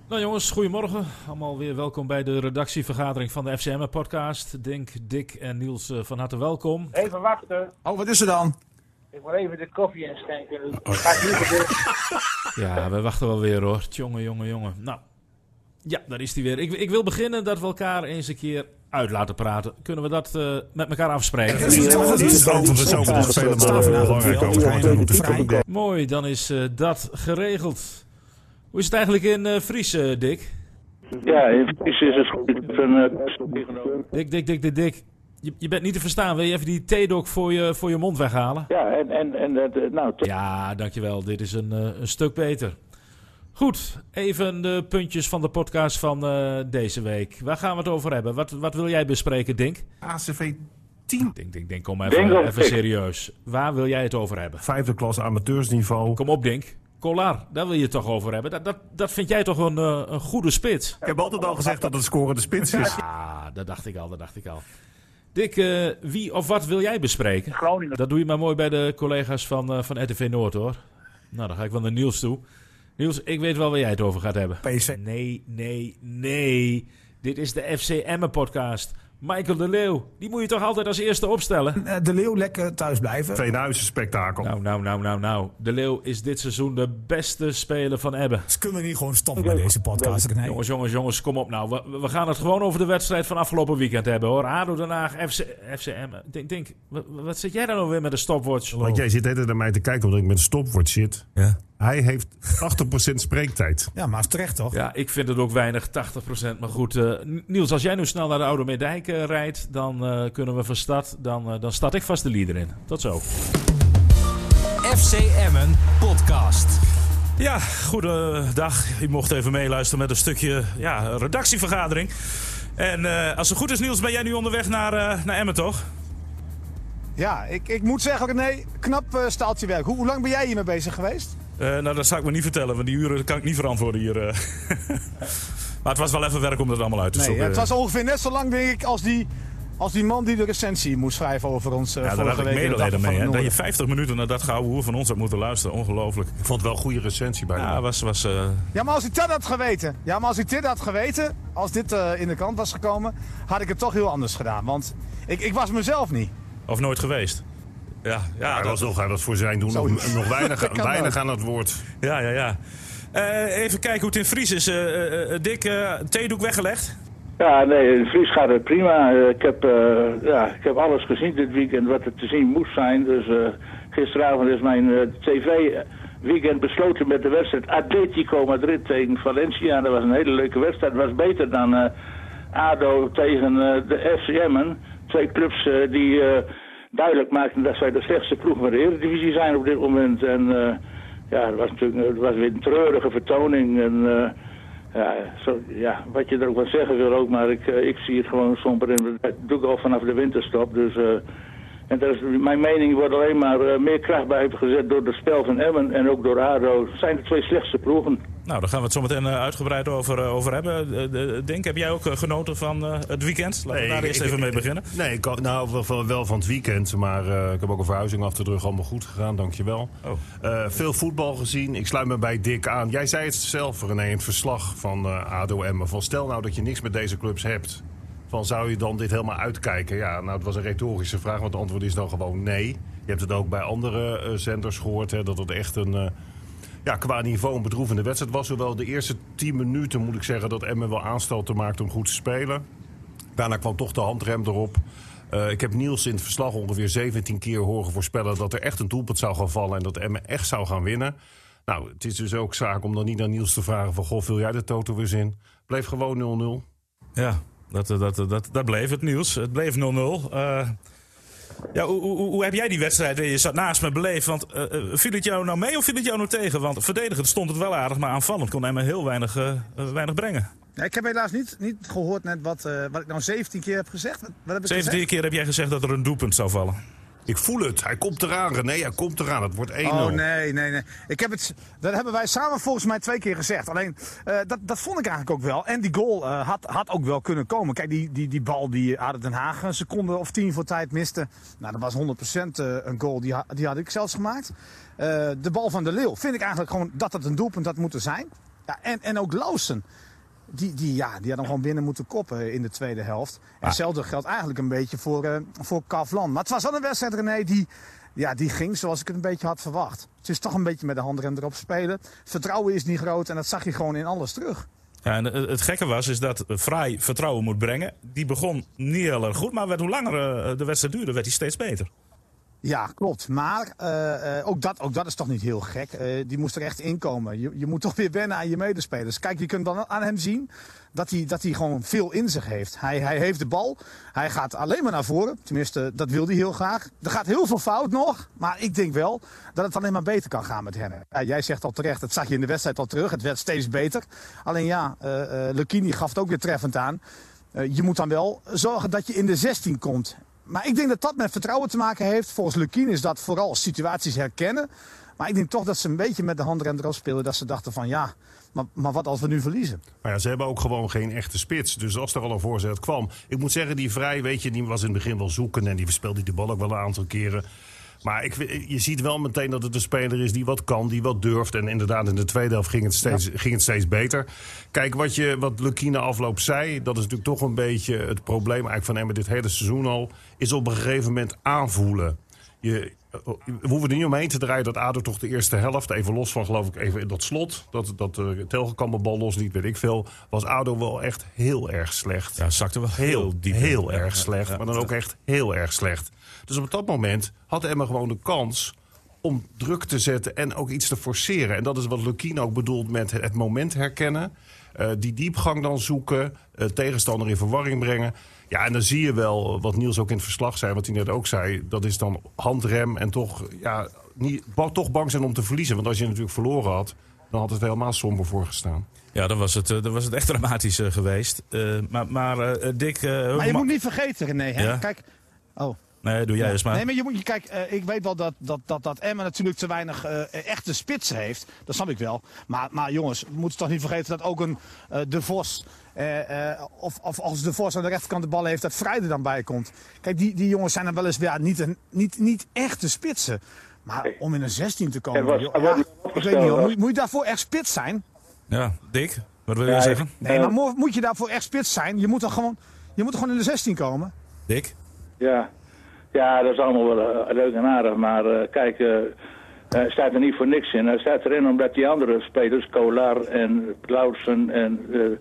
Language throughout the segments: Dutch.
Nou jongens, goedemorgen. Allemaal weer welkom bij de redactievergadering van de FCM-podcast. Dink, Dick en Niels, van harte welkom. Even wachten. Oh, wat is er dan? Ik wil even de koffie inschenken. Ga ik niet gebeuren. Ja, we wachten wel weer hoor. Jongen. Nou, ja, daar is hij weer. Ik wil beginnen dat we elkaar eens een keer uit laten praten. Kunnen we dat met elkaar afspreken? Mooi, dan is dat geregeld. Hoe is het eigenlijk in Fries, Dick? Ja, in Fries is het goed. Dick. Je bent niet te verstaan. Wil je even die theedok voor je mond weghalen? Ja, en nou... Ja, dankjewel. Dit is een stuk beter. Goed, even de puntjes van de podcast van deze week. Waar gaan we het over hebben? Wat wil jij bespreken, Dink? ACV 10. Dink, kom even serieus. Waar wil jij het over hebben? 5e klas amateursniveau. Kom op, Dink. Kolar, daar wil je het toch over hebben? Dat vind jij toch een goede spits? Ik heb altijd al gezegd dat het scorende spits is. Ja, dat dacht ik al. Dick, wie of wat wil jij bespreken? Groningen. Dat doe je maar mooi bij de collega's van RTV Noord, hoor. Nou, dan ga ik wel naar Niels toe. Niels, ik weet wel waar jij het over gaat hebben. PC. Nee. Dit is de FCM-podcast. Michael de Leeuw, die moet je toch altijd als eerste opstellen? De Leeuw lekker thuis blijven. Veenhuizen spektakel. Nou. De Leeuw is dit seizoen de beste speler van Ebbe. Dus kunnen we niet gewoon stoppen bij deze podcast? Nee. Jongens, kom op nou. We gaan het gewoon over de wedstrijd van afgelopen weekend hebben, hoor. ADO Den Haag, FCM. Denk, wat zit jij dan nou weer met een stopwatch? Want jij zit net naar mij te kijken omdat ik met een stopwatch zit. Ja. Hij heeft 80% spreektijd. Ja, maar is terecht toch? Ja, ik vind het ook weinig, 80%. Maar goed, Niels, als jij nu snel naar de Oude Meerdijk rijdt, dan kunnen we van start. Dan start ik vast de leader in. Tot zo. FCM'en podcast. Ja, goedendag. Je mocht even meeluisteren met een stukje redactievergadering. En als het goed is, Niels, ben jij nu onderweg naar Emmen, toch? Ja, ik moet zeggen, nee, knap staaltje werk. Hoe lang ben jij hiermee bezig geweest? Nou, dat zal ik me niet vertellen, want die uren kan ik niet verantwoorden hier. Maar het was wel even werk om dat allemaal uit te zoeken. Nee, het was ongeveer net zo lang, denk ik, als die man die de recensie moest schrijven over ons ja, daar had ik medelijden mee. Hè? Dat je 50 minuten naar dat gouden hoer van ons hebt moeten luisteren. Ongelooflijk. Ik vond het wel een goede recensie bij hem. Ja, was... Ja, maar als ik dit had geweten, als dit in de krant was gekomen, had ik het toch heel anders gedaan. Want ik was mezelf niet. Of nooit geweest. Ja, hij was voor zijn doen nog weinig aan het woord. Ja. Even kijken hoe het in Fries is. Dick, theedoek weggelegd? Ja, nee, in Fries gaat het prima. Ik heb alles gezien dit weekend wat er te zien moest zijn. Dus gisteravond is mijn tv-weekend besloten met de wedstrijd Atletico Madrid tegen Valencia. Dat was een hele leuke wedstrijd. Het was beter dan ADO tegen de FCM'en. Twee clubs die duidelijk maakten dat zij de slechtste ploeg van de Eredivisie zijn op dit moment. En het was weer een treurige vertoning. En wat je er ook wat zeggen wil ook, maar ik zie het gewoon somber in. Dat doe ik al vanaf de winterstop. Dus mijn mening wordt alleen maar meer kracht bij gezet door het spel van Emmen en ook door ADO. Het zijn de twee slechtste ploegen. Nou, daar gaan we het zo meteen uitgebreid over hebben. Denk, heb jij ook genoten van het weekend? Laten we daar eerst even mee beginnen. Nee, wel van het weekend. Maar ik heb ook een verhuizing achter de rug. Allemaal goed gegaan, dankjewel. Veel voetbal gezien. Ik sluit me bij Dick aan. Jij zei het zelf, René, in het verslag van ADO Emmen. Van stel nou dat je niks met deze clubs hebt. Van zou je dan dit helemaal uitkijken? Ja, nou, het was een retorische vraag. Want het antwoord is dan gewoon nee. Je hebt het ook bij andere zenders gehoord. Hè, dat het echt een... qua niveau een bedroevende wedstrijd was. Zowel de eerste 10 minuten moet ik zeggen dat Emmen wel aanstalten maakte om goed te spelen. Daarna kwam toch de handrem erop. Ik heb Niels in het verslag ongeveer 17 keer horen voorspellen dat er echt een doelpunt zou gaan vallen en dat Emmen echt zou gaan winnen. Nou, het is dus ook zaak om dan niet aan Niels te vragen van goh, vul jij de toto weer in? Bleef gewoon 0-0. Ja, dat bleef het, Niels. Het bleef 0-0. Hoe heb jij die wedstrijd? Je zat naast me beleefd. Want viel het jou nou mee of viel het jou nou tegen? Want verdedigend stond het wel aardig, maar aanvallend kon Emmen heel weinig brengen. Ja, ik heb helaas niet gehoord net wat ik nou 17 keer heb gezegd. Wat heb ik 17 gezegd? keer heb jij gezegd dat er een doelpunt zou vallen. Ik voel het. Hij komt eraan, René. Hij komt eraan. Het wordt 1-0. Oh, nee. Dat hebben wij samen volgens mij 2 keer gezegd. Alleen, dat vond ik eigenlijk ook wel. En die goal had ook wel kunnen komen. Kijk, die bal die ADO Den Haag een seconde of 10 voor tijd miste. Nou, dat was 100% een goal. Die had ik zelfs gemaakt. De bal van de Leeuw vind ik eigenlijk gewoon dat het een doelpunt had moeten zijn. Ja, en ook Lawson. Die hadden gewoon binnen moeten koppen in de tweede helft. En hetzelfde geldt eigenlijk een beetje voor Kavlan. Maar het was wel een wedstrijd, René, die ging zoals ik het een beetje had verwacht. Het is toch een beetje met de handrem erop spelen. Vertrouwen is niet groot en dat zag je gewoon in alles terug. Ja, en het gekke is dat Vrij vertrouwen moet brengen. Die begon niet heel erg goed, maar hoe langer de wedstrijd duurde, werd hij steeds beter. Ja, klopt. Maar ook dat is toch niet heel gek. Die moest er echt inkomen. Je moet toch weer wennen aan je medespelers. Kijk, je kunt dan aan hem zien dat hij gewoon veel in zich heeft. Hij heeft de bal. Hij gaat alleen maar naar voren. Tenminste, dat wil hij heel graag. Er gaat heel veel fout nog. Maar ik denk wel dat het alleen maar beter kan gaan met hem. Jij zegt al terecht, dat zag je in de wedstrijd al terug. Het werd steeds beter. Alleen Lucchini gaf het ook weer treffend aan. Je moet dan wel zorgen dat je in de 16 komt. Maar ik denk dat dat met vertrouwen te maken heeft. Volgens Lucchini is dat vooral situaties herkennen. Maar ik denk toch dat ze een beetje met de handrem erop spelen. Dat ze dachten van maar wat als we nu verliezen? Maar ja, ze hebben ook gewoon geen echte spits. Dus als er al een voorzet kwam. Ik moet zeggen, die Vrij, die was in het begin wel zoeken. En die verspeelde die bal ook wel een aantal keren. Maar je ziet wel meteen dat het een speler is die wat kan, die wat durft. En inderdaad, in de tweede helft ging het steeds beter. Kijk, wat Lucchini afloop zei, dat is natuurlijk toch een beetje het probleem eigenlijk van hem dit hele seizoen al, is op een gegeven moment aanvoelen. We hoeven er niet omheen te draaien dat ADO toch de eerste helft, even los van geloof ik even in dat slot, dat Telgekamp de bal losliet, weet ik veel, was ADO wel echt heel erg slecht. Ja, zakte wel heel diep. Heel erg slecht, maar dan ook echt heel erg slecht. Dus op dat moment had Emma gewoon de kans om druk te zetten en ook iets te forceren. En dat is wat Lucchini ook bedoelt met het moment herkennen. Die diepgang dan zoeken, tegenstander in verwarring brengen. Ja, en dan zie je wel, wat Niels ook in het verslag zei, wat hij net ook zei, dat is dan handrem en toch bang zijn om te verliezen. Want als je natuurlijk verloren had, dan had het helemaal somber voorgestaan. Ja, dan was het echt dramatisch geweest. Maar Dick... maar je moet niet vergeten, René. Hè? Ja? Kijk... Oh. Nee, doe jij eens maar. Nee, maar kijk, ik weet wel dat Emma natuurlijk te weinig echte spitsen heeft. Dat snap ik wel. Maar jongens, we moeten toch niet vergeten dat ook een De Vos... of als De Vos aan de rechterkant de bal heeft, dat Vrij er dan bij komt. Kijk, die jongens zijn dan wel eens niet echte spitsen. Maar om in een 16 te komen... ik weet niet hoor, moet je daarvoor echt spits zijn? Ja, Dick, wat wil je zeggen? Nee, maar moet je daarvoor echt spits zijn? Je moet er gewoon in de 16 komen. Dick? Ja, dat is allemaal wel leuk en aardig, maar kijk, hij staat er niet voor niks in. Hij staat erin omdat die andere spelers, Kolar en Lausen en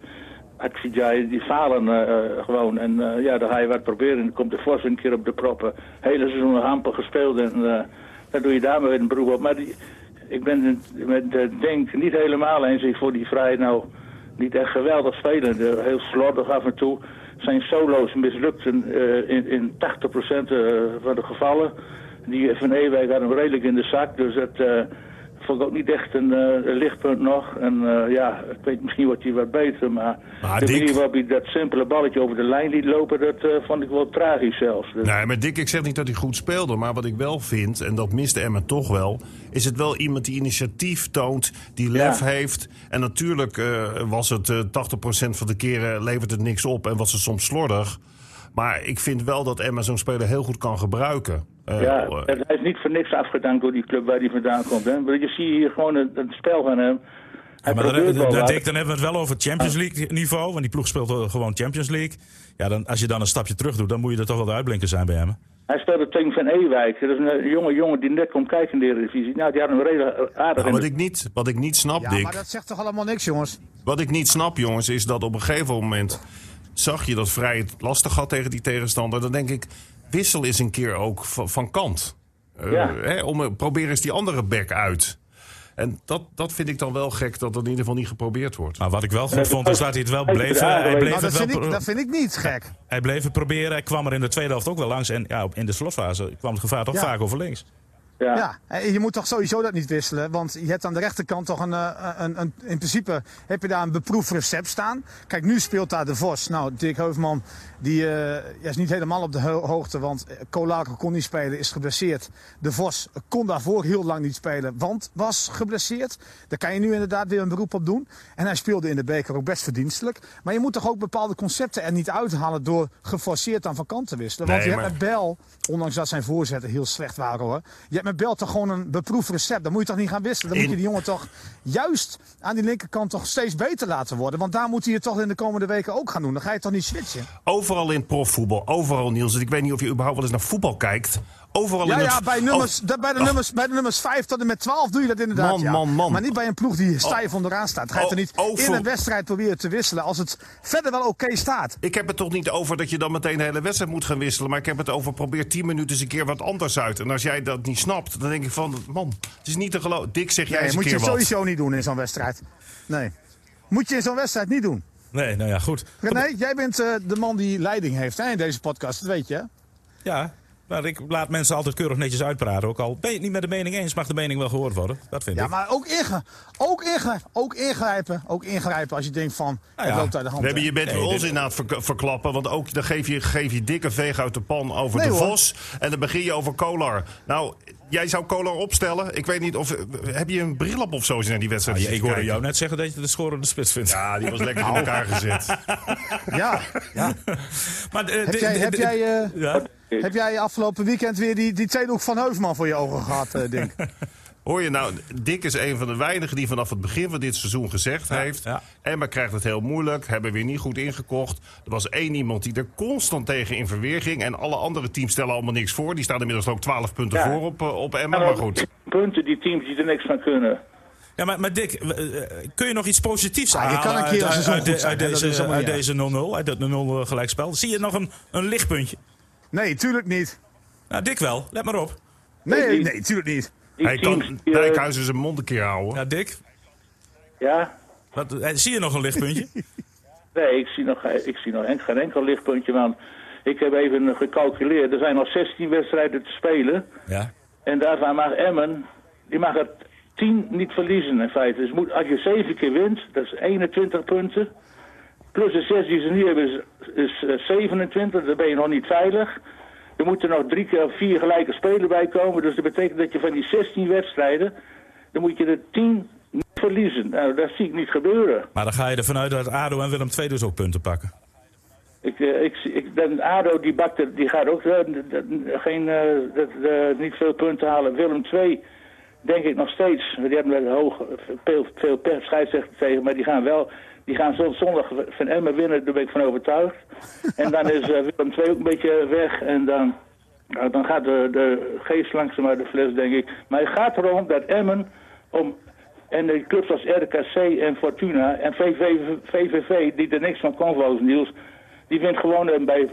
Akvijay, die falen gewoon. En dan ga je wat proberen en dan komt de Vos een keer op de proppen. Hele seizoen hamper gespeeld en dan doe je daar maar weer een beroep op. Maar ik ben het met Denk niet helemaal eens. Ik vond die Vrij nou niet echt geweldig spelen. Heel slordig af en toe. Zijn solo's mislukten in 80% van de gevallen. Die van Ewijk had hem redelijk in de zak. Dus dat vond ik ook niet echt een lichtpunt nog. En ik weet misschien wordt hij wat beter. Maar de manier waarop hij dat simpele balletje over de lijn liet lopen, dat vond ik wel tragisch zelfs. Dus. Nee, maar Dick, ik zeg niet dat hij goed speelde. Maar wat ik wel vind, en dat miste Emma toch wel, is het wel iemand die initiatief toont, die lef heeft. En natuurlijk was het 80% van de keren levert het niks op en was het soms slordig. Maar ik vind wel dat Emma zo'n speler heel goed kan gebruiken. Hij is niet voor niks afgedankt door die club waar hij vandaan komt. Hè? Je ziet hier gewoon het spel van hem. Dan hebben we het wel over Champions League niveau. Want die ploeg speelt gewoon Champions League. Ja, als je dan een stapje terug doet, dan moet je er toch wel de uitblinker zijn bij hem. Hij speelde tegen Van Ewijk. Dat is een jonge jongen die net komt kijken in de Eredivisie. Nou, die had hem redelijk aardig. Wat ik niet snap, Dick... Ja, maar dat zegt toch allemaal niks, jongens? Wat ik niet snap, jongens, is dat op een gegeven moment zag je dat Vrij het lastig had tegen die tegenstander. Dan denk ik, wissel eens een keer ook van kant. Probeer eens die andere back uit. En dat vind ik dan wel gek dat in ieder geval niet geprobeerd wordt. Maar wat ik wel goed vond is dat hij het wel bleef. Dat vind ik niet gek. Hij bleef het proberen. Hij kwam er in de tweede helft ook wel langs. En in de slotfase kwam het gevaar toch vaak over links. Ja, en je moet toch sowieso dat niet wisselen. Want je hebt aan de rechterkant toch in principe heb je daar een beproefd recept staan. Kijk, nu speelt daar De Vos. Nou, Dick Heuvelman, die is niet helemaal op de hoogte. Want Kolar kon niet spelen, is geblesseerd. De Vos kon daarvoor heel lang niet spelen, want was geblesseerd. Daar kan je nu inderdaad weer een beroep op doen. En hij speelde in de beker ook best verdienstelijk. Maar je moet toch ook bepaalde concepten er niet uithalen door geforceerd aan van kant te wisselen. Want je hebt met Bel, ondanks dat zijn voorzetten heel slecht waren hoor. Je hebt hebt met Bel toch gewoon een beproefd recept. Dan moet je toch niet gaan wisselen. Dan moet je die jongen toch juist aan die linkerkant toch steeds beter laten worden. Want daar moet hij het toch in de komende weken ook gaan doen. Dan ga je toch niet switchen. Overal in profvoetbal, overal Niels. Ik weet niet of je überhaupt wel eens naar voetbal kijkt. Overal in bij de nummers 5 tot en met 12 doe je dat inderdaad. Man. Maar niet bij een ploeg die stijf onderaan staat. Ga je toch niet in een wedstrijd proberen te wisselen als het verder wel oké staat. Ik heb het toch niet over dat je dan meteen de hele wedstrijd moet gaan wisselen. Maar ik heb het over probeer 10 minuten eens een keer wat anders uit. En als jij dat niet snapt, dan denk ik van, man, het is niet te geloven. Dick, zeg jij eens een keer wat. Moet je sowieso niet doen in zo'n wedstrijd. Nee. Moet je in zo'n wedstrijd niet doen. Nee, nou ja, goed. René, jij bent de man die leiding heeft in deze podcast. Dat weet je, hè? Ja. Maar ik laat mensen altijd keurig netjes uitpraten. Ook al ben je het niet met de mening eens, mag de mening wel gehoord worden. Dat vind ik. Ja, maar ook ingrijpen als je denkt van, het loopt uit de hand. Je bent onzin aan het verklappen. Want ook dan geef je dikke veeg uit de pan over de Vos. En dan begin je over Kolar. Nou, jij zou Kolar opstellen. Ik weet niet of... Heb je een bril op of zo naar die wedstrijd? Ik hoorde jou net zeggen dat je de scorende spits vindt. Ja, die was lekker in elkaar gezet. Ja. Maar heb jij afgelopen weekend weer die tweedoek van Heuvelman voor je ogen gehad, Dink? Hoor je nou, Dick is een van de weinigen die vanaf het begin van dit seizoen gezegd heeft... Emma krijgt het heel moeilijk, hebben weer niet goed ingekocht. Er was 1 iemand die er constant tegen in verweer ging... en alle andere teams stellen allemaal niks voor. Die staan inmiddels ook 12 punten voor op Emma, maar goed. Punten, die teams die er niks van kunnen. Ja, maar Dick, kun je nog iets positiefs halen je kan een keer uit deze 0-0, uit dat 0-0 gelijkspel? Zie je nog een lichtpuntje? Nee, tuurlijk niet. Nou, Dick wel, let maar op. Nee, tuurlijk niet. Hij kan Dijkhuizen zijn mond een keer houden. Ja, Dick? Ja? Zie je nog een lichtpuntje? Nee, ik zie nog geen enkel lichtpuntje, want ik heb even gecalculeerd. Er zijn nog 16 wedstrijden te spelen. Ja. En daarvan mag Emmen, die mag er 10 niet verliezen in feite. Dus als je 7 keer wint, dat is 21 punten. Plus de 6 die ze nu hebben is 27, dan ben je nog niet veilig. Er moeten nog 3 keer of 4 gelijke spelen bij komen. Dus dat betekent dat je van die 16 wedstrijden, dan moet je er 10 niet verliezen. Nou, dat zie ik niet gebeuren. Maar dan ga je ervan uit dat ADO en Willem II dus ook punten pakken. ADO die gaat ook niet veel punten halen. Willem II denk ik nog steeds. Die hebben veel scheidsrechten tegen, maar die gaan zondag van Emmen winnen, daar ben ik van overtuigd. En dan is Willem II ook een beetje weg. En dan gaat de geest langzaam uit de fles, denk ik. Maar het gaat erom dat Emmen en de clubs als RKC en Fortuna en VVV, die er niks van kon volgens Niels, die wint gewoon bij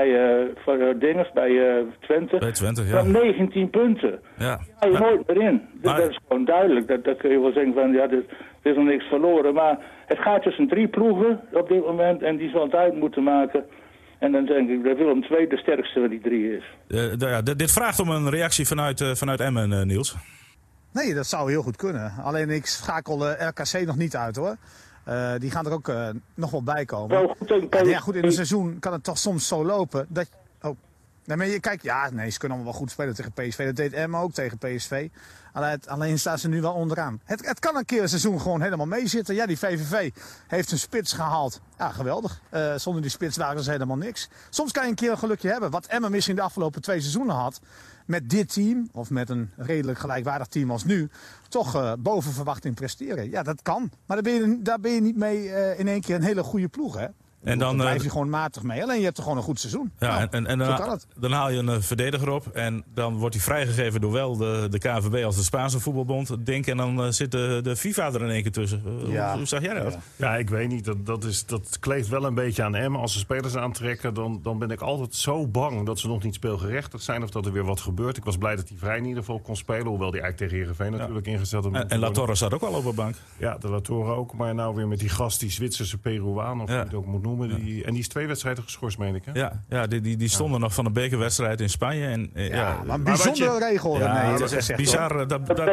Twente. Bij Twente, ja. Van 19 punten. Ja. Ga je nooit meer in. Dat is gewoon duidelijk. Dat kun je wel zeggen van, er is nog niks verloren. Maar het gaat tussen 3 ploegen op dit moment en die zal het uit moeten maken. En dan denk ik dat Willem II de sterkste van die 3 is. Dit vraagt om een reactie vanuit Emmen, Niels. Nee, dat zou heel goed kunnen. Alleen ik schakel RKC nog niet uit, hoor. Die gaan er ook nog wel bij komen. Goed, in een seizoen kan het toch soms zo lopen dat... Nee, maar kijk, ze kunnen allemaal wel goed spelen tegen PSV. Dat deed Emma ook tegen PSV. Alleen staan ze nu wel onderaan. Het kan een keer een seizoen gewoon helemaal meezitten. Ja, die VVV heeft een spits gehaald. Ja, geweldig. Zonder die spits waren ze helemaal niks. Soms kan je een keer een gelukje hebben. Wat Emma misschien de afgelopen 2 seizoenen had. Met dit team, of met een redelijk gelijkwaardig team als nu, toch boven verwachting presteren. Ja, dat kan. Maar daar ben je niet mee in één keer een hele goede ploeg, hè? En dan blijf je gewoon matig mee. Alleen je hebt er gewoon een goed seizoen. Ja, dan haal je een verdediger op. En dan wordt hij vrijgegeven door wel de KNVB als de Spaanse voetbalbond. En dan zit de FIFA er in één keer tussen. Hoe zag jij dat? Ja, ik weet niet. Dat kleeft wel een beetje aan Emmen. Als ze spelers aantrekken, dan ben ik altijd zo bang dat ze nog niet speelgerechtigd zijn. Of dat er weer wat gebeurt. Ik was blij dat hij vrij in ieder geval kon spelen. Hoewel die eigenlijk tegen Heerenveen natuurlijk ingezet had. En La Torre zat ook al op de bank. Ja, de La Torre ook. Maar nou weer met die gast, die Zwitserse Peruaan, of hoe je het ook moet noemen. En die is 2 wedstrijden geschorst, meen ik, hè? Ja, die stonden nog van een bekerwedstrijd in Spanje. En, maar een bijzondere regel. Ja, dat is echt bizar.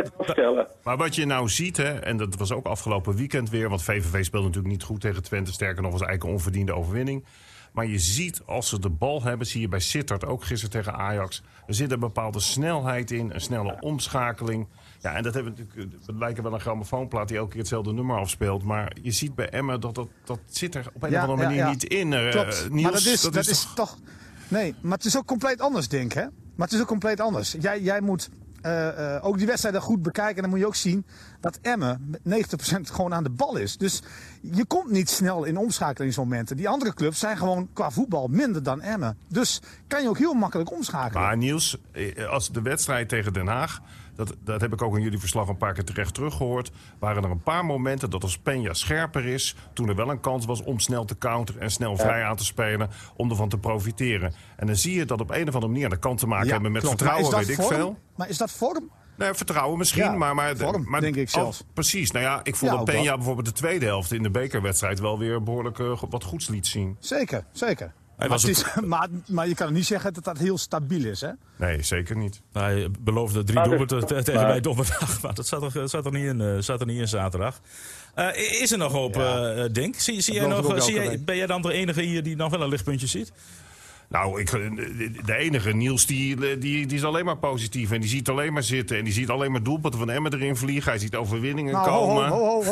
Maar wat je nou ziet, hè, en dat was ook afgelopen weekend weer, want VVV speelde natuurlijk niet goed tegen Twente. Sterker nog, was eigenlijk een onverdiende overwinning. Maar je ziet, als ze de bal hebben, zie je bij Sittard ook gisteren tegen Ajax. Er zit een bepaalde snelheid in, een snelle omschakeling. Ja, en dat lijkt wel een grammofoonplaat die elke keer hetzelfde nummer afspeelt. Maar je ziet bij Emmen dat zit er op een of andere manier niet in. Klopt. Niels, maar dat is toch... Nee, maar het is ook compleet anders, denk ik, hè? Maar het is ook compleet anders. Jij moet ook die wedstrijden goed bekijken. En dan moet je ook zien dat Emmen met 90% gewoon aan de bal is. Dus je komt niet snel in omschakelingsmomenten. Die andere clubs zijn gewoon qua voetbal minder dan Emmen. Dus kan je ook heel makkelijk omschakelen. Maar Niels, als de wedstrijd tegen Den Haag... Dat heb ik ook in jullie verslag een paar keer terecht teruggehoord. Waren er een paar momenten dat als Peña scherper is... toen er wel een kans was om snel te counteren en snel vrij aan te spelen... om ervan te profiteren. En dan zie je dat op een of andere manier... dat kan te maken hebben met vertrouwen, weet ik veel. Maar is dat vorm? Nee, vertrouwen misschien, ja, maar vorm, denk ik zelfs. Precies. Nou ja, ik vond dat Peña bijvoorbeeld de tweede helft in de bekerwedstrijd... wel weer behoorlijk wat goeds liet zien. Zeker. Maar je kan niet zeggen dat dat heel stabiel is, hè? Nee, zeker niet. Hij beloofde 3 doelpunten tegen bij donderdag. Maar dat zat er niet in zaterdag. Is er nog hoop, Dink? Ben jij dan de enige hier die nog wel een lichtpuntje ziet? Nou, de enige, Niels, die is alleen maar positief. En die ziet alleen maar zitten. En die ziet alleen maar doelpunten van Emmen erin vliegen. Hij ziet overwinningen komen.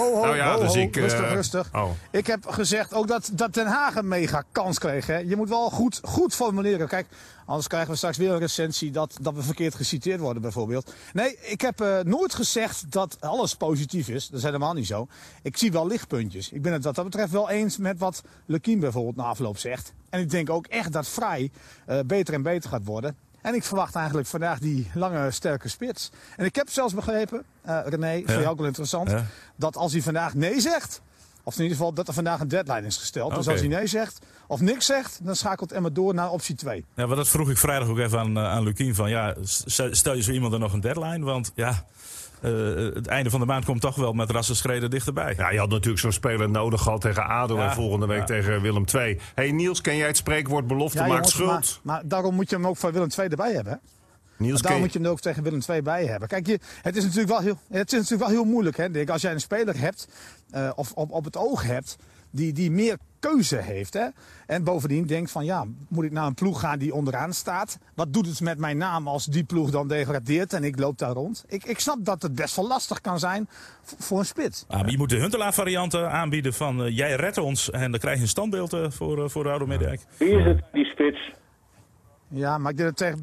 Rustig. Oh. Ik heb gezegd ook dat Den Haag een mega kans kreeg. Hè. Je moet wel goed formuleren. Kijk, anders krijgen we straks weer een recensie dat we verkeerd geciteerd worden bijvoorbeeld. Nee, ik heb nooit gezegd dat alles positief is. Dat is helemaal niet zo. Ik zie wel lichtpuntjes. Ik ben het wat dat betreft wel eens met wat Lukien bijvoorbeeld na afloop zegt. En ik denk ook echt dat Vrij beter en beter gaat worden. En ik verwacht eigenlijk vandaag die lange, sterke spits. En ik heb zelfs begrepen, René, voor jou ook wel interessant... dat als hij vandaag nee zegt... of in ieder geval dat er vandaag een deadline is gesteld. Okay. Dus als hij nee zegt of niks zegt... dan schakelt Emmen door naar optie 2. Ja, maar dat vroeg ik vrijdag ook even aan Lukien. Van, ja, stel je zo iemand er nog een deadline? Want ja... het einde van de maand komt toch wel met rassenschreden dichterbij. Ja, je had natuurlijk zo'n speler nodig gehad tegen ADO... en volgende week tegen Willem II. Hey Niels, ken jij het spreekwoord belofte maakt schuld? Maar daarom moet je hem ook voor Willem II erbij hebben. Niels, daarom moet je hem ook tegen Willem II bij hebben. Kijk, het is natuurlijk wel heel moeilijk. Hè, Dick, als jij een speler hebt, of op het oog hebt... die meer keuze heeft. Hè? En bovendien denkt van ja, moet ik naar een ploeg gaan die onderaan staat? Wat doet het met mijn naam als die ploeg dan degradeert en ik loop daar rond? Ik snap dat het best wel lastig kan zijn voor een spits. Maar je moet de Huntelaar varianten aanbieden van jij redt ons en dan krijg je een standbeeld voor Raudo Middijk. Wie is het, die spits? Ja, maar ik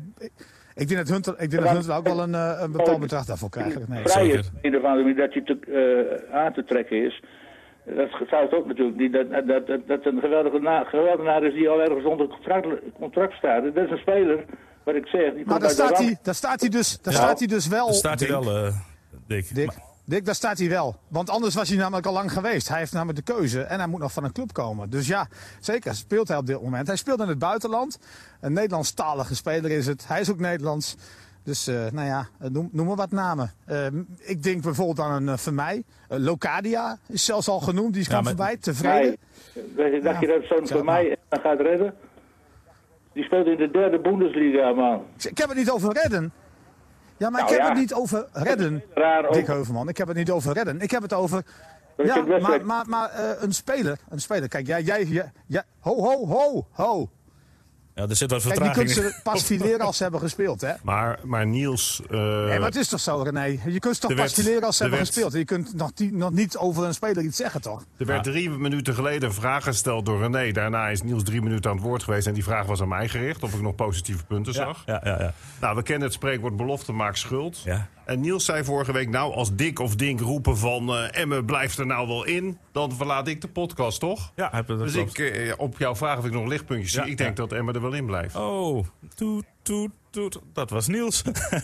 denk dat Huntelaar ook wel een bepaald bedrag daarvoor krijgt. Nee, vrij is in ieder geval dat je aan te trekken is. Dat geldt ook natuurlijk niet dat een geweldenaar is die al ergens onder contract staat. Dat is een speler, wat ik zeg. Maar daar staat hij dus wel. Daar staat hij wel, Dick. Dick, daar staat hij wel. Want anders was hij namelijk al lang geweest. Hij heeft namelijk de keuze en hij moet nog van een club komen. Dus ja, zeker speelt hij op dit moment. Hij speelt in het buitenland. Een Nederlandstalige speler is het. Hij is ook Nederlands. Dus nou ja, noem maar wat namen. Ik denk bijvoorbeeld aan een Vermeij. Locadia is zelfs al genoemd. Die is gewoon voorbij. Tevreden. Dacht je dat zo'n Vermeij gaat redden? Die speelt in de 3e Bundesliga, man. Ik heb het niet over redden. Ja, maar ik heb het niet over redden, Dick Heuvelman. Ik heb het niet over redden. Ik heb het over... Ja, maar een speler. Kijk, jij... Ho. Ja, er zit wat vertraging. Kijk, die kunt ze pas fileren als ze hebben gespeeld, hè? Maar Niels... Nee, maar het is toch zo, René? Je kunt ze toch pas fileren als ze hebben gespeeld? Je kunt nog niet over een speler iets zeggen, toch? Er werd 3 minuten geleden een vraag gesteld door René. Daarna is Niels 3 minuten aan het woord geweest. En die vraag was aan mij gericht, of ik nog positieve punten zag. Ja. Nou, we kennen het spreekwoord belofte maakt schuld. Ja. En Niels zei vorige week, nou, als Dick of Dink roepen van... Emmen blijft er nou wel in, dan verlaat ik de podcast, toch? Ja, dus op jouw vraag of ik nog lichtpuntjes zie. Ik denk dat Emmen er wel in blijft. Oh, toet. Dat was Niels.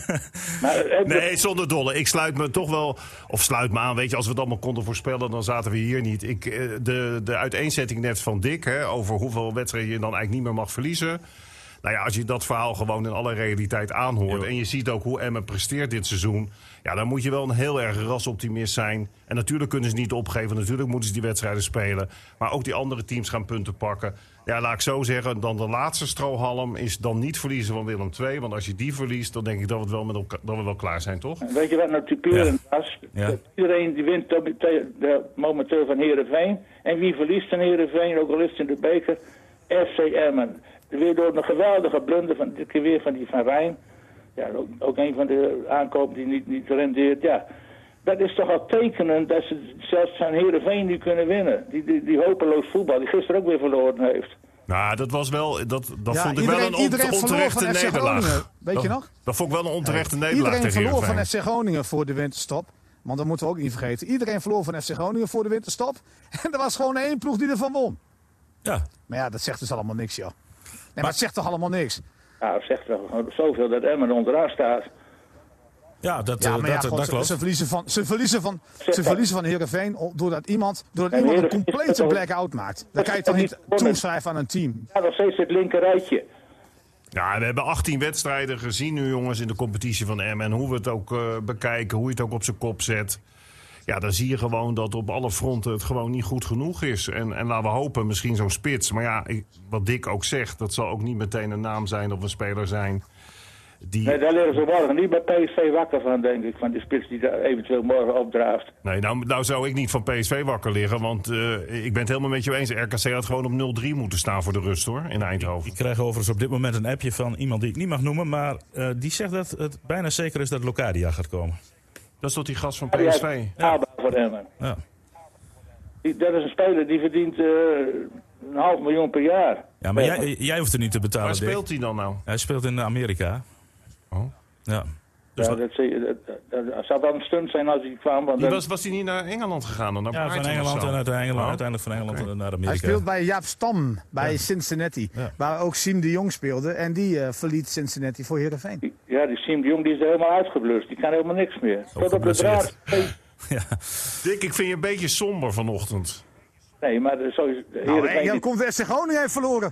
Nee, zonder dolle. Ik sluit me toch wel... Of sluit me aan, weet je, als we het allemaal konden voorspellen... dan zaten we hier niet. De uiteenzetting net van Dick... Hè, over hoeveel wedstrijden je dan eigenlijk niet meer mag verliezen... Nou ja, als je dat verhaal gewoon in alle realiteit aanhoort... en je ziet ook hoe Emmen presteert dit seizoen... ja, dan moet je wel een heel erg rasoptimist zijn. En natuurlijk kunnen ze niet opgeven. Natuurlijk moeten ze die wedstrijden spelen. Maar ook die andere teams gaan punten pakken. Ja, laat ik zo zeggen, dan de laatste strohalm is dan niet verliezen van Willem II. Want als je die verliest, dan denk ik dat we wel klaar zijn, toch? Weet je wat nou typerend was? Ja. Iedereen die wint momenteel van Heerenveen. En wie verliest van Heerenveen, ook al is het in de beker? FC Emmen. Weer door een geweldige blunder van dit keer weer van die Van Rijn. Ja, ook een van de aankopen die niet rendeert. Ja, dat is toch al tekenend dat ze zelfs van Heerenveen niet kunnen winnen. Die hopeloos voetbal, die gisteren ook weer verloren heeft. Nou, dat was wel. Dat vond ik wel een onterechte nederlaag. Weet je nog? Dat vond ik wel een onterechte nederlaag tegen Iedereen verloor Heerenveen. van FC Groningen voor de winterstop. Want dat moeten we ook niet vergeten. Iedereen verloor van FC Groningen voor de winterstop. En er was gewoon 1 ploeg die ervan won. Ja. Maar ja, dat zegt dus allemaal niks, joh. Nee, maar het zegt toch allemaal niks? Nou, het zegt toch zoveel dat Emmen onderaan staat. Ja, dat klopt. Ze verliezen van Heerenveen doordat iemand een complete blackout maakt. Dat kan je toch niet toeschrijven aan een team? Ja, nog steeds het linker rijtje. Ja, we hebben 18 wedstrijden gezien nu, jongens, in de competitie van Emmen. En hoe we het ook bekijken, hoe je het ook op zijn kop zet. Ja, dan zie je gewoon dat op alle fronten het gewoon niet goed genoeg is. En laten we hopen, misschien zo'n spits. Maar ja, wat Dick ook zegt, dat zal ook niet meteen een naam zijn of een speler zijn. Nee, daar liggen ze morgen niet bij PSV wakker van, denk ik. Van die spits die daar eventueel morgen opdraaft. Nee, nou zou ik niet van PSV wakker liggen. Want ik ben het helemaal met je eens. RKC had gewoon op 0-3 moeten staan voor de rust, hoor, in Eindhoven. Ik krijg overigens op dit moment een appje van iemand die ik niet mag noemen. Maar die zegt dat het bijna zeker is dat Locadia gaat komen. Dat is toch die gast van PSV? Ja, voor Emmen. Ja. Dat is een speler die verdient $500.000 per jaar. Ja, maar jij hoeft er niet te betalen. Waar speelt hij dan nou? Hij speelt in Amerika. Oh. Ja. Dus ja, dat zou wel een stunt zijn als hij kwam. Want was hij niet naar Engeland gegaan? Dan ja, van Engeland en uiteindelijk van Engeland naar Amerika. Hij speelt bij Jaap Stam, bij Cincinnati. Ja. Waar ook Siem de Jong speelde. En die verliet Cincinnati voor Heerenveen. Ja, die Siem de Jong die is er helemaal uitgeblust. Die kan helemaal niks meer. Tot op de draad. Ja. Dick, ik vind je een beetje somber vanochtend. Nee, maar zo is dan komt FC Groningen heeft verloren.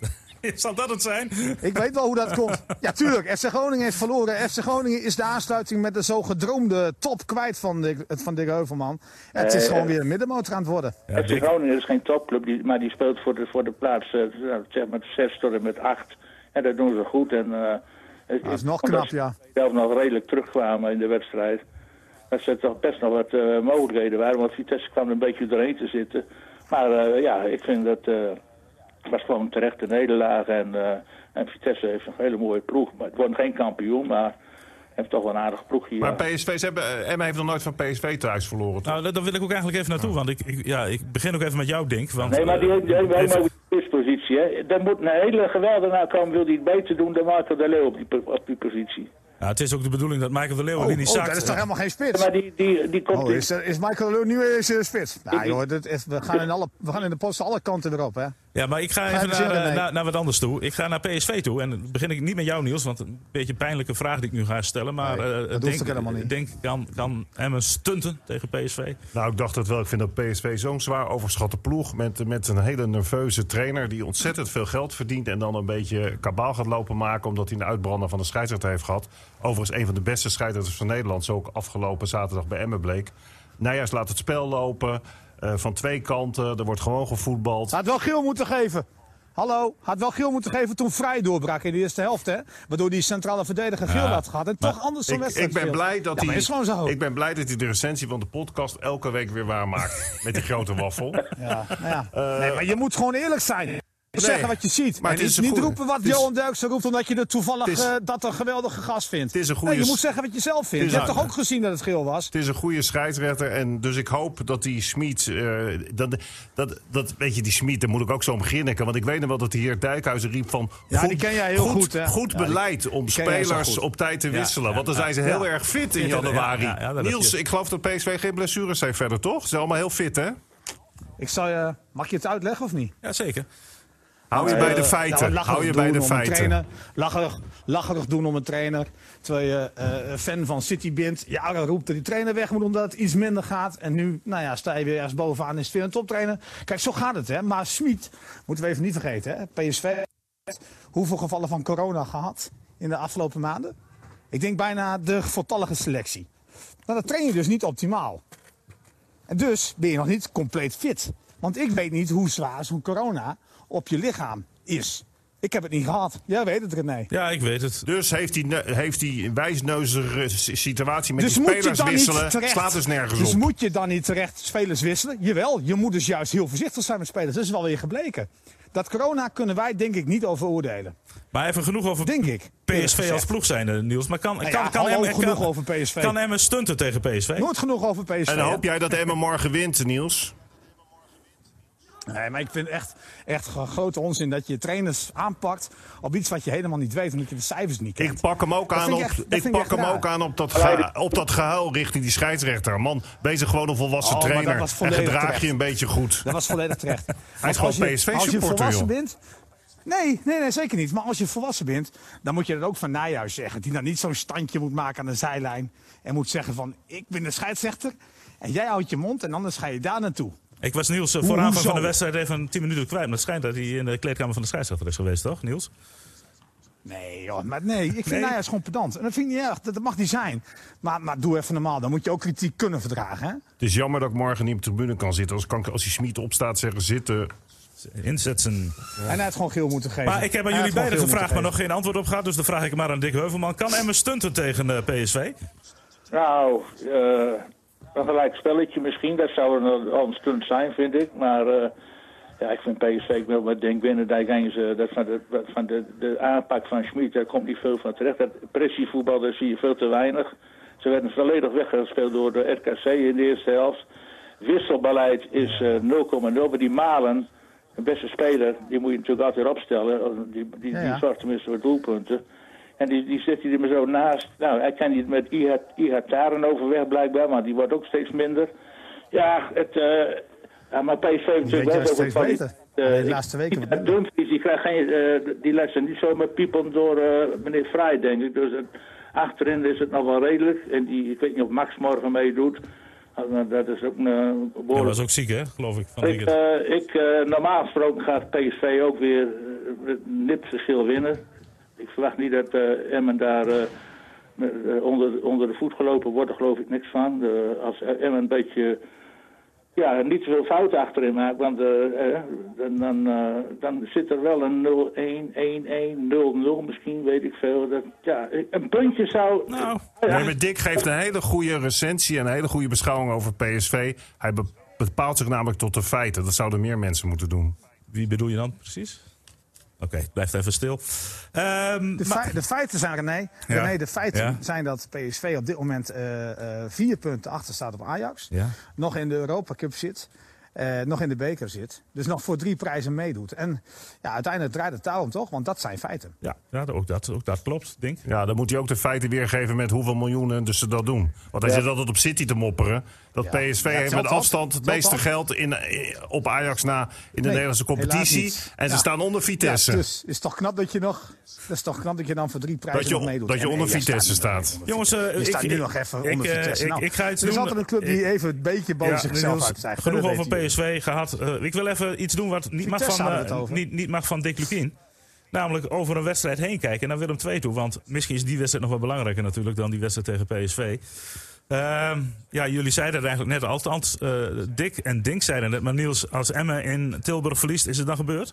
Zal dat het zijn? Ik weet wel hoe dat komt. Ja, tuurlijk. FC Groningen heeft verloren. FC Groningen is de aansluiting met de zo gedroomde top kwijt van Dick Heuvelman. Het is gewoon weer een middenmotor aan het worden. Ja, FC Groningen is geen topclub, maar die speelt voor de plaats zeg met 6 tot en met 8. En dat doen ze goed. En, dat is nog knap, ja. Zelf nog redelijk terugkwamen in de wedstrijd. Dat ze toch best nog wat mogelijkheden waren. Want Vitesse kwam er een beetje doorheen te zitten. Maar ja, ik vind dat... Het was gewoon terecht de nederlaag en Vitesse heeft een hele mooie ploeg. Maar het wordt geen kampioen, maar heeft toch wel een aardige ploeg hier. Maar Emmen heeft nog nooit van PSV thuis verloren, toch? Nou, daar wil ik ook eigenlijk even naartoe, want ik begin ook even met jou, Dink. Want, nee, maar die heeft helemaal de positie. Er moet een hele geweldenaar komen, wil hij het beter doen dan Marco de Leeuw op die positie. Ja, het is ook de bedoeling dat Michael de Leeuw niet zakt. Dat is toch helemaal geen spits? Maar die komt is Michael de Leeuw nu eens spits? Nou joh, we gaan in de post alle kanten weer op, hè? Ja, maar ik ga even naar wat anders toe. Ik ga naar PSV toe. En dan begin ik niet met jou, Niels, want een beetje een pijnlijke vraag die ik nu ga stellen. Maar dat hoeft ook helemaal niet. Denk, kan Emmen stunten tegen PSV? Nou, ik dacht het wel. Ik vind dat PSV zo'n zwaar overschatte ploeg met een hele nerveuze trainer die ontzettend veel geld verdient en dan een beetje kabaal gaat lopen maken omdat hij een uitbrander van de scheidsrechter heeft gehad. Overigens een van de beste scheidsrechters van Nederland, zo ook afgelopen zaterdag bij Emmen bleek. Nijers laat het spel lopen. Van twee kanten, er wordt gewoon gevoetbald. Had wel geel moeten geven. Hallo, had wel geel moeten geven toen Vrij doorbrak in de eerste helft, hè? Waardoor die centrale verdediger geel had gehad. En toch anders zo'n wedstrijd. Ik ben blij dat hij de recensie van de podcast elke week weer waarmaakt. Met die grote waffel. Ja. Nee, maar je moet gewoon eerlijk zijn. Zeggen wat je ziet. Maar niet roepen wat Johan Derksen roept omdat je er toevallig dat een geweldige gast vindt. Je moet zeggen wat je zelf vindt. Je hebt toch ook gezien dat het geel was? Het is een goede scheidsrechter. En dus ik hoop dat die Schmid... weet je, die Schmid, daar moet ik ook zo om grinniken. Want ik weet nog wel dat de heer Dijkhuizen riep van... die ken jij heel goed, hè? Goed beleid om spelers op tijd te wisselen. Want dan zijn ze heel erg fit in januari. Niels, ik geloof dat PSV geen blessures heeft verder, toch? Ze zijn allemaal heel fit, hè? Mag je het uitleggen of niet? Ja, zeker. Hou je bij de feiten. Hou je bij de feiten. Lacherig doen om een trainer. Terwijl je fan van City bent. Ja, dan roept die trainer weg moet omdat het iets minder gaat. En nu sta je weer ergens bovenaan en is het weer een toptrainer. Kijk, zo gaat het, hè. Maar Schmid, moeten we even niet vergeten, hè. PSV heeft hoeveel gevallen van corona gehad in de afgelopen maanden? Ik denk bijna de voltallige selectie. Nou, dat train je dus niet optimaal. En dus ben je nog niet compleet fit. Want ik weet niet hoe zwaar zo'n corona op je lichaam is. Ik heb het niet gehad. Jij weet het, René. Ja, ik weet het. Dus heeft die wijsneuzige situatie met die spelers wisselen, slaat dus nergens op. Dus moet je dan niet terecht spelers wisselen? Jawel, je moet dus juist heel voorzichtig zijn met spelers. Dat is wel weer gebleken. Dat corona kunnen wij denk ik niet over oordelen. Maar even genoeg over PSV als ploeg zijn, Niels. Maar kan Emmen stunten tegen PSV? Nooit genoeg over PSV. En dan hoop jij dat Emmen morgen wint, Niels? Nee, maar ik vind echt grote onzin dat je trainers aanpakt op iets wat je helemaal niet weet, omdat je de cijfers niet kent. Ik pak hem ook aan op dat gehuil richting die scheidsrechter. Man, bezig gewoon een volwassen trainer. En gedraag je een beetje goed. Dat was volledig terecht. Hij is gewoon PSV-supporter, Als je volwassen bent... Nee, zeker niet. Maar als je volwassen bent, dan moet je dat ook van Nijhuis zeggen. Die dan niet zo'n standje moet maken aan de zijlijn. En moet zeggen van, ik ben de scheidsrechter. En jij houdt je mond en anders ga je daar naartoe. Ik was Niels voor aanvang van de wedstrijd even 10 minuten kwijt. Maar het schijnt dat hij in de kleedkamer van de scheidsrechter is geweest, toch, Niels? Nee, joh, maar ik vind Nijhuis gewoon pedant. En dat vind ik niet erg, dat mag niet zijn. Maar doe even normaal, dan moet je ook kritiek kunnen verdragen. Hè? Het is jammer dat ik morgen niet op de tribune kan zitten. Als die Schmid opstaat, zeggen zitten... Inzetten. Ja. En hij had gewoon geel moeten geven. Maar ik heb aan jullie beiden gevraagd, maar nog geen antwoord op gehad. Dus dan vraag ik maar aan Dick Heuvelman. Kan Emmen stunten tegen PSV? Nou, een gelijk spelletje misschien. Dat zou al een stunt zijn, vind ik. Maar ik vind PSV, ik wil met Denk Binnendijk eens... dat van de aanpak van Schmid, daar komt niet veel van terecht. Dat pressievoetbal, daar zie je veel te weinig. Ze werden volledig weggespeeld door de RKC in de eerste helft. Wisselbeleid is 0,0. Maar die Malen... De beste speler, die moet je natuurlijk altijd opstellen. Die zorgt tenminste voor doelpunten. En die zit hij er maar zo naast. Nou, hij kan niet met Ihataren overweg blijkbaar, maar die wordt ook steeds minder. Ja, maar PSV heeft natuurlijk wel steeds beter. De laatste weken. Dumfries, die laat ze niet zomaar piepen door meneer Vrij, denk ik. Dus achterin is het nog wel redelijk. En ik weet niet of Max morgen meedoet. Dat is ook een behoorlijk... Hij was ook ziek, hè, geloof ik. Normaal gesproken gaat PSV ook weer nipt verschil winnen. Ik verwacht niet dat Emmen daar onder de voet gelopen wordt. Daar geloof ik niks van. Als Emmen een beetje... Ja, niet zoveel fouten achterin maakt, want dan zit er wel een 0-1, 1-1, 0-0 misschien, weet ik veel. Een puntje zou... Nou, maar Dick geeft een hele goede recensie en een hele goede beschouwing over PSV. Hij bepaalt zich namelijk tot de feiten. Dat zouden meer mensen moeten doen. Wie bedoel je dan precies? Oké, blijft even stil. De feiten zijn, René. De feiten zijn dat PSV op dit moment 4 punten achter staat op Ajax. Ja. Nog in de Europa Cup zit. Nog in de beker zit. Dus nog voor 3 prijzen meedoet. En uiteindelijk draait het touw om, toch? Want dat zijn feiten. Ja, ook dat klopt, denk ik. Ja, dan moet hij ook de feiten weergeven met hoeveel miljoenen dus ze dat doen. Want hij zit altijd op City te mopperen. Dat PSV heeft met afstand het meeste geld op Ajax na in de Nederlandse competitie. En ze staan onder Vitesse. Ja, dus is toch knap dat je nog... Dat is toch knap dat je dan voor 3 prijzen meedoet. Dat je onder Vitesse staat. Jongens, je staat nu nog even onder Vitesse. Ik ga iets doen. Er is altijd een club die even een beetje boven zichzelf uitstijgt. Genoeg over PSV gehad. Ik wil even iets doen wat niet mag van Dick Lukien. Namelijk over een wedstrijd heen kijken naar Willem II toe. Want misschien is die wedstrijd nog wel belangrijker natuurlijk dan die wedstrijd tegen PSV. Jullie zeiden het eigenlijk net al. Althans, Dick en Dink zeiden het. Maar Niels, als Emmen in Tilburg verliest, is het dan gebeurd?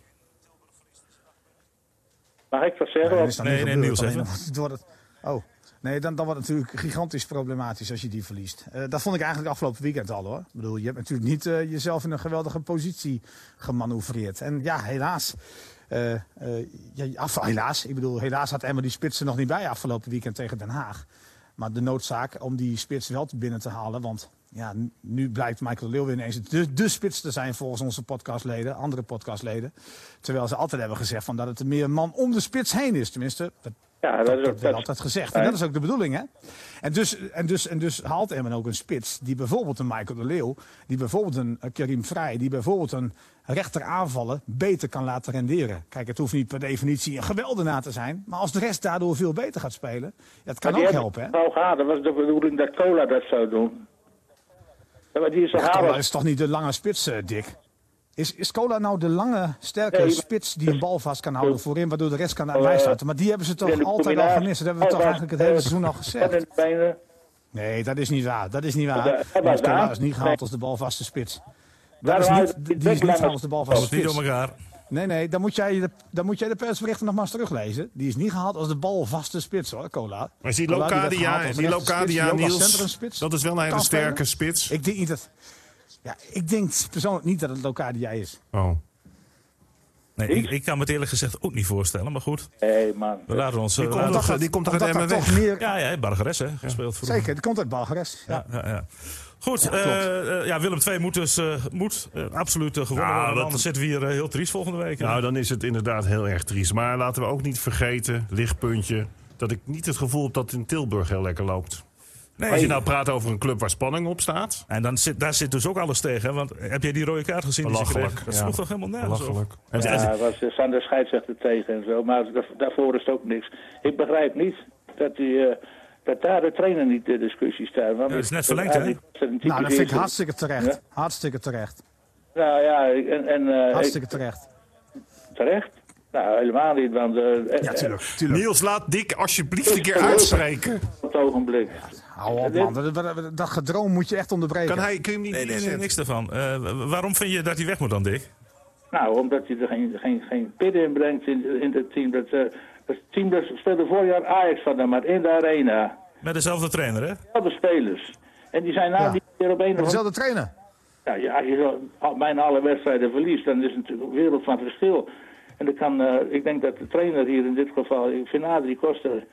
Mag ik dat zeggen? Nee, Niels even. Nee, dan wordt het natuurlijk gigantisch problematisch als je die verliest. Dat vond ik eigenlijk afgelopen weekend al, hoor. Ik bedoel, je hebt natuurlijk niet jezelf in een geweldige positie gemanoeuvreerd. En ja, helaas. Helaas had Emmen die spitsen nog niet bij afgelopen weekend tegen Den Haag. Maar de noodzaak om die spits wel binnen te halen. Want ja, nu blijkt Michael de Leeuw ineens de spits te zijn volgens onze podcastleden, andere podcastleden. Terwijl ze altijd hebben gezegd van dat het meer man om de spits heen is. Tenminste, dat werd altijd gezegd. En dat is ook de bedoeling, hè? En dus haalt Emmen ook een spits die bijvoorbeeld een Michael de Leeuw, die bijvoorbeeld een Karim Vrij, die bijvoorbeeld een rechteraanvallen beter kan laten renderen. Kijk, het hoeft niet per definitie een geweldenaar te zijn, maar als de rest daardoor veel beter gaat spelen, dat kan ook helpen, hè? Dat was de bedoeling dat Cola dat zou doen. Ja, maar Cola is toch niet de lange spits, Dick? Is Cola nou de lange, sterke spits die een bal vast kan houden voorin, waardoor de rest kan bijsluiten? Maar die hebben ze toch altijd al gemist? Dat hebben we toch eigenlijk het hele seizoen al gezegd? Nee, dat is niet waar. Want Cola is niet gehaald als de balvaste spits. Die is niet gehaald als de balvaste spits. Niet door elkaar. Nee, dan moet jij de persberichten nog maar eens teruglezen. Die is niet gehaald als de balvaste spits, hoor, Cola. Maar is die Locadia, Niels, dat is wel een hele sterke spits. Ik denk niet dat... Ja, ik denk persoonlijk niet dat het Locadia is. Oh. Nee, ik kan me het eerlijk gezegd ook niet voorstellen, maar goed. Man. We laten ons... Die komt toch uit Emmen weg? Ja, Bargeres, hè, gespeeld vroeger. Zeker, die komt uit Bargeres. Ja. Goed, Willem II moet absoluut gewonnen worden. Anders zitten we hier heel triest volgende week. Nou, dan is het inderdaad heel erg triest. Maar laten we ook niet vergeten, lichtpuntje, dat ik niet het gevoel heb dat het in Tilburg heel lekker loopt. Nee. Als je nou praat over een club waar spanning op staat. En daar zit dus ook alles tegen. Hè? Want heb jij die rode kaart gezien? Belachelijk. Dat sloeg toch helemaal nergens op? Ja, was Sander scheidsrechter tegen en zo. Maar daarvoor is het ook niks. Ik begrijp niet dat daar de trainer niet de discussie staat. Dat is net verlengd, hè? Nou, dat vind ik hartstikke terecht. Ja? Hartstikke terecht. Nou ja, hartstikke terecht. Terecht? Nou, helemaal niet, want... ja, tuurlijk. Niels, laat Dick alsjeblieft een keer uitspreken. Op het ogenblik. Hou op, man. Dat gedroom moet je echt onderbreken. Kun je hem niet... Nee, niks daarvan. Waarom vind je dat hij weg moet dan, Dick? Nou, omdat hij er geen pit in brengt in het team. Dat team dat speelde vorig jaar Ajax van hem, maar in de arena. Met dezelfde trainer, hè? Dezelfde spelers. En die zijn nou niet weer op een of andere... Dezelfde trainer? Ja, als je bijna alle wedstrijden verliest, dan is het natuurlijk een wereld van verschil. En ik denk dat de trainer hier in dit geval, Vinadri Koster,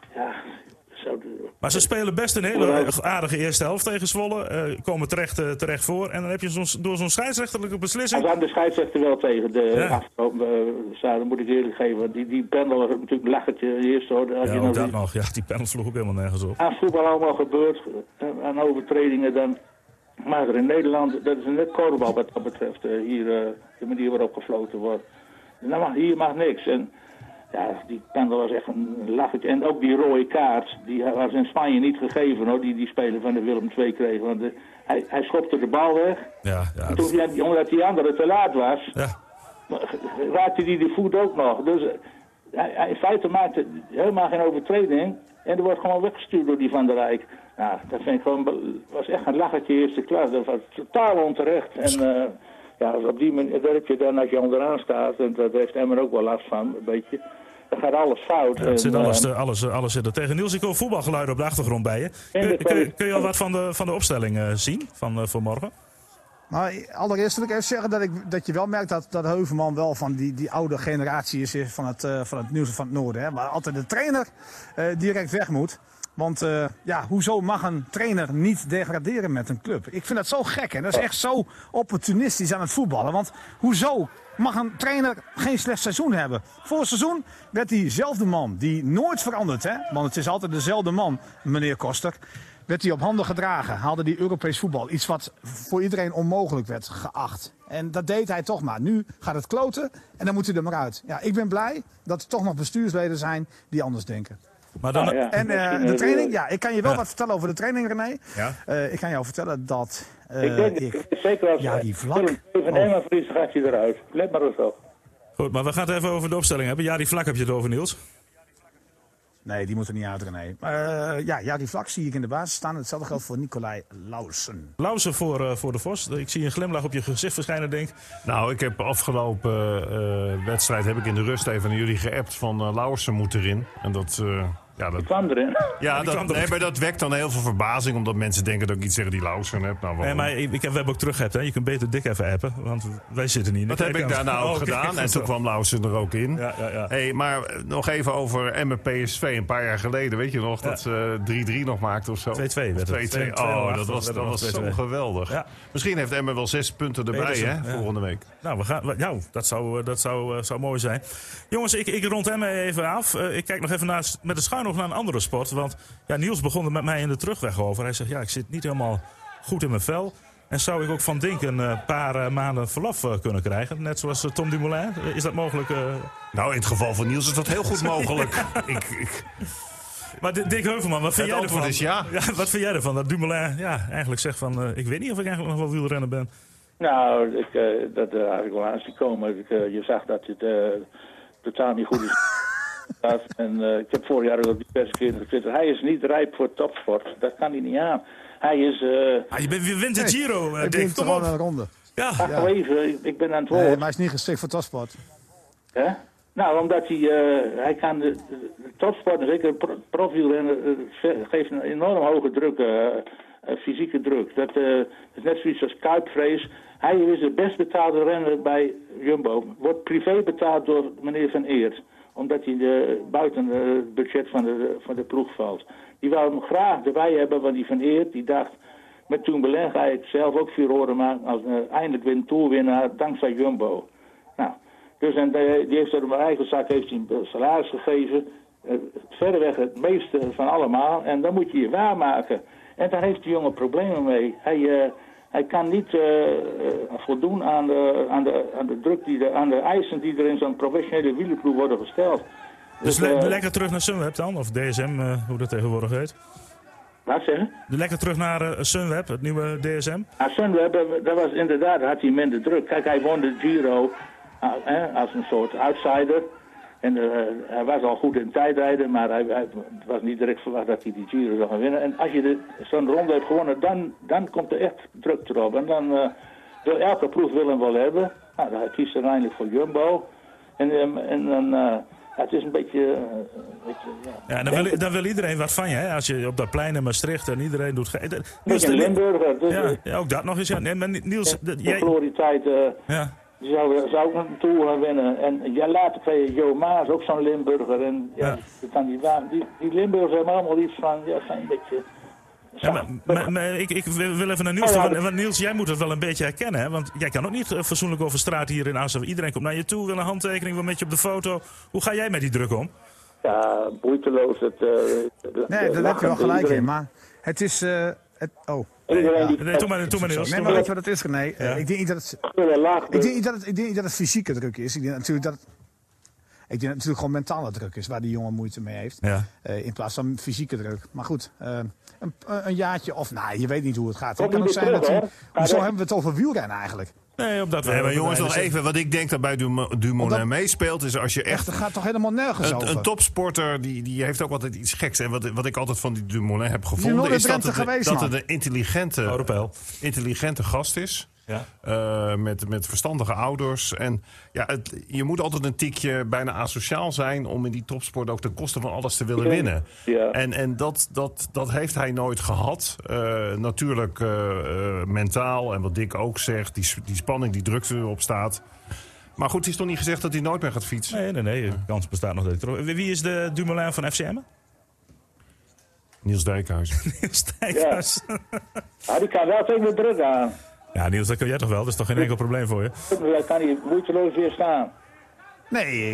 Maar ze spelen best een hele aardige eerste helft tegen Zwolle. Komen terecht voor. En dan heb je door zo'n scheidsrechterlijke beslissing... Als aan de scheidsrechter wel tegen de afgelopen dat moet ik eerlijk geven. Die pendel was natuurlijk een lachertje eerst hoor. Ja, die pendel sloeg ook helemaal nergens op. Aan voetbal allemaal gebeurt, aan overtredingen dan... Maar er in Nederland, dat is net korfbal wat dat betreft. Hier, de manier waarop gefloten wordt. Hier mag niks. En ja, die pendel was echt een lachertje. En ook die rode kaart, die was in Spanje niet gegeven hoor, die speler van de Willem II kreeg. Want hij schopte de bal weg. Ja, en toen, omdat die andere te laat was, raakte hij de voet ook nog. Dus hij in feite maakte helemaal geen overtreding. En er wordt gewoon weggestuurd door die Van der Rijk. Nou, dat vind ik gewoon, was echt een lachertje eerste klas. Dat was totaal onterecht. En op die manier, daar heb je dan als je onderaan staat, en dat heeft Emmer ook wel last van, een beetje. Dan gaat alles fout. Ja, alles zit er tegen. Niels, ik hoor voetbalgeluiden op de achtergrond bij je. Kun je al wat van de opstelling zien voor morgen? Nou, allereerst wil ik even zeggen dat je wel merkt dat Heuvelman wel van die oude generatie is van het Nieuws van het Noorden. Hè? Maar altijd de trainer direct weg moet. Want hoezo mag een trainer niet degraderen met een club? Ik vind dat zo gek en dat is echt zo opportunistisch aan het voetballen. Want hoezo mag een trainer geen slecht seizoen hebben? Vorig seizoen werd diezelfde man, die nooit verandert, hè? Want het is altijd dezelfde man, meneer Koster. Werd hij op handen gedragen, haalde die Europees voetbal. Iets wat voor iedereen onmogelijk werd geacht. En dat deed hij toch maar. Nu gaat het kloten en dan moet hij er maar uit. Ja, ik ben blij dat er toch nog bestuursleden zijn die anders denken. Maar dan... En de training, ik kan je wel wat vertellen over de training, René. Ja? Ik kan jou vertellen dat ik denk zeker als die vlak... Even Emma verliest, dan gaat hij eruit. Let maar eens op. Goed, maar we gaan het even over de opstelling hebben. Ja, die vlak heb je het over, Niels. Nee, die moet er niet uit, René. Die vlak zie ik in de basis staan. Hetzelfde geldt voor Nicolai Lauwersen. Lauwersen voor de Vos. Ik zie een glimlach op je gezicht verschijnen, denk ik. Nou, ik heb afgelopen wedstrijd heb ik in de rust even naar jullie geappt van Lauwersen moet erin. En dat... die kwam erin. Ja, maar dat wekt dan heel veel verbazing, omdat mensen denken dat ik iets tegen die Lauwersen heb. Nou, nee, maar we hebben ook teruggeappt, hè. Je kunt beter Dick even appen, want wij zitten niet in de Dat heb ik daarna ook gedaan en toen kwam Lauwersen er ook in. Ja. Hey, maar nog even over Emmen PSV een paar jaar geleden. Weet je nog dat ze 3-3 nog maakte of zo? 2-2 werd het. 2-2. Oh, dat was zo geweldig. Ja. Misschien heeft Emmen wel 6 punten erbij, volgende week. Nou, dat zou mooi zijn. Jongens, ik rond Emmen even af. Ik kijk nog even met de schuin naar een andere sport. Want Niels begon er met mij in de terugweg over. Hij zegt, ik zit niet helemaal goed in mijn vel. En zou ik ook van Dink een paar maanden verlof kunnen krijgen? Net zoals Tom Dumoulin. Is dat mogelijk? Nou, in het geval van Niels is dat heel goed mogelijk. Maar Dick Heuvelman, wat vind jij ervan? Is ja. Wat vind jij ervan? Dat Dumoulin eigenlijk zegt van... ik weet niet of ik eigenlijk nog wel wielrenner ben. Nou, dat had ik wel aan zien komen. Je zag dat het totaal niet goed is. En ik heb vorig jaar ook diverse keren getwitterd. Hij is niet rijp voor topsport. Dat kan hij niet aan. Hij is... je wint de Giro, Dick. Wint gewoon een ronde. Ja. Even, ik ben aan het woord. Nee, maar hij is niet geschikt voor topsport. Hè? Nou, omdat hij kan de topsport, zeker profielrenner, geeft een enorm hoge druk, fysieke druk. Dat is net zoiets als kuipvrees. Hij is de best betaalde renner bij Jumbo. Wordt privé betaald door meneer Van Eert. Omdat hij buiten het budget van de ploeg valt. Die wou hem graag erbij hebben, want die Van Eert die dacht... met Tourmaline ga ik zelf ook 4 horen maken als eindelijk weer een toerwinnaar dankzij Jumbo. Nou, dus en die heeft er op mijn eigen zak heeft hij een salaris gegeven. Verreweg het meeste van allemaal. En dan moet je je waarmaken. En daar heeft die jongen problemen mee. Hij kan niet voldoen aan de druk, aan de eisen die er in zo'n professionele wielerploeg worden gesteld. Dus lekker terug naar Sunweb dan? Of DSM, hoe dat tegenwoordig heet? Wat zeggen? Lekker terug naar Sunweb, het nieuwe DSM? Sunweb, dat was inderdaad, had hij minder druk. Kijk, hij won de Giro als een soort outsider. En hij was al goed in tijdrijden, maar het was niet direct verwacht dat hij die Giro zou gaan winnen. En als je zo'n ronde hebt gewonnen, dan komt er echt druk erop. En dan wil elke ploeg hem wel hebben. Nou, dan kiest hij uiteindelijk voor Jumbo. En dan... het is een beetje... ja, dan wil iedereen wat van je, hè? Als je op dat plein in Maastricht en iedereen doet... Niels de Limburger. Dus ja, ook dat nog eens. Ja. Nee, maar Niels... De prioriteit... Die zou ook een Tour gaan winnen. En later kreeg je Jo Maas, ook zo'n Limburger. En die Limburgers hebben allemaal iets van... Ja, zijn een beetje... Ja, maar ik wil even naar Niels. Want Niels, jij moet het wel een beetje herkennen. Hè? Want jij kan ook niet fatsoenlijk over straat hier in Assen. Iedereen komt naar je toe, wil een handtekening, wil met je op de foto. Hoe ga jij met die druk om? Ja, boeiteloos. Nee, daar heb je wel gelijk in. Maar het is... Nee, doe maar Niels. Nee, maar weet je wat het is, René? Ik denk niet dat het fysieke druk is. Ik denk natuurlijk dat het natuurlijk gewoon mentale druk is waar die jongen moeite mee heeft. Ja. In plaats van fysieke druk. Maar goed, een jaartje of... Nou, je weet niet hoe het gaat. Het kan ook zijn dat zo hebben we het over wielrennen eigenlijk. Nee, omdat we... maar jongens, nog even. Wat ik denk dat bij Dumoulin meespeelt... is als je echt... Dat gaat toch helemaal nergens over? Een topsporter, die heeft ook altijd iets geks. En wat ik altijd van die Dumoulin heb gevonden... is dat het een intelligente gast is. Ja. Met verstandige ouders. En ja, je moet altijd een tikje bijna asociaal zijn... om in die topsport ook ten koste van alles te willen winnen. Ja. En dat heeft hij nooit gehad. Natuurlijk mentaal en wat Dick ook zegt... die spanning, die druk erop staat... Maar goed, het is toch niet gezegd dat hij nooit meer gaat fietsen? Nee. De kans bestaat nog dat hij... Wie is de Dumoulin van FCM? Niels Dijkhuis. Niels Dijkhuis. Ja, die kan wel tegen de druk aan. Ja, Niels, dat kan jij toch wel? Dat is toch geen enkel probleem voor je? Dan kan hij moeiteloos weer staan. Nee,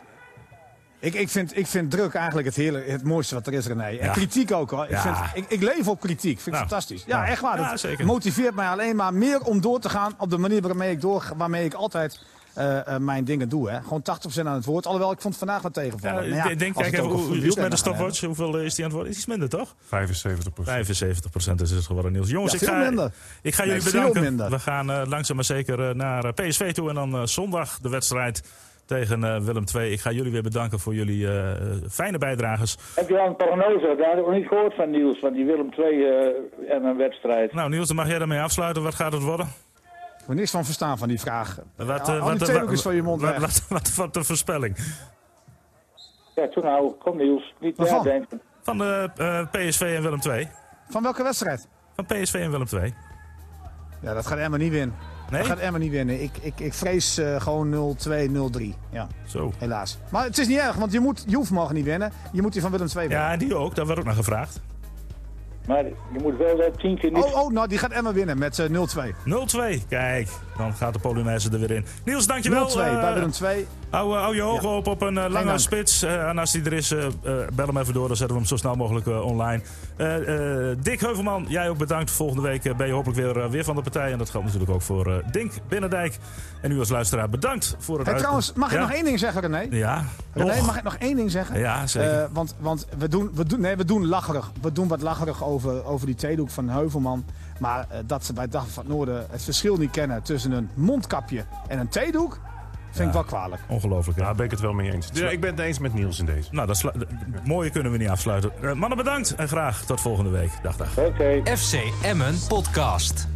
ik vind druk eigenlijk het mooiste wat er is, René. En kritiek ook, hoor. Ik leef op kritiek. Vind ik fantastisch. Ja, echt waar. Dat motiveert mij alleen maar meer om door te gaan op de manier waarmee ik altijd... mijn dingen doe, hè. Gewoon 80% aan het woord. Alhoewel, ik vond het vandaag wat tegenvallen. Ja, kijk even, hoe is het met de stopwatch? Hoeveel is die aan het woord? Is iets minder, toch? 75%. 75% is het geworden, Niels. Jongens, ik ga jullie bedanken. We gaan langzaam maar zeker naar PSV toe. En dan zondag de wedstrijd tegen Willem II. Ik ga jullie weer bedanken voor jullie fijne bijdragers. Heb je al een prognose? Daar heb ik nog niet gehoord van Niels. Van die Willem II en een wedstrijd. Nou, Niels, dan mag jij daarmee afsluiten. Wat gaat het worden? Ik heb niks van verstaan van die vraag. Wat van je mond weg. Wat een voorspelling. Ja, toen nou, kom Niels. Niet nadenken. Van de PSV en Willem II. Van welke wedstrijd? Van PSV en Willem II. Ja, dat gaat Emma niet winnen. Nee? Dat gaat Emma niet winnen. Ik vrees gewoon 0-2, 0-3. Ja, zo. Helaas. Maar het is niet erg, want je hoeft morgen niet winnen. Je moet die van Willem II winnen. Ja, en die ook. Daar werd ook naar gevraagd. Maar je moet wel 10 keer niet... nou, die gaat Emma winnen met 0-2. 0-2, kijk. Dan gaat de Polonaise er weer in. Niels, dankjewel. 0-2 bij Willem II. Hou je ogen op een lange spits. En als die er is, bel hem even door. Dan zetten we hem zo snel mogelijk online. Dick Heuvelman, jij ook bedankt. Volgende week ben je hopelijk weer van de partij. En dat geldt natuurlijk ook voor Dink Binnendijk. En u als luisteraar bedankt voor het trouwens, mag ik nog één ding zeggen, René? Ja. René, mag ik nog één ding zeggen? Ja, zeker. Want we doen lacherig. We doen wat lacherig over die theedoek van Heuvelman. Maar dat ze bij Dag van het Noorden het verschil niet kennen tussen een mondkapje en een theedoek, vind ik wel kwalijk. Ongelooflijk. Ja, daar ben ik het wel mee eens. Ja, ik ben het eens met Niels in deze. Nou, mooie kunnen we niet afsluiten. Mannen, bedankt en graag tot volgende week. Dag. Okay. FC Emmen Podcast.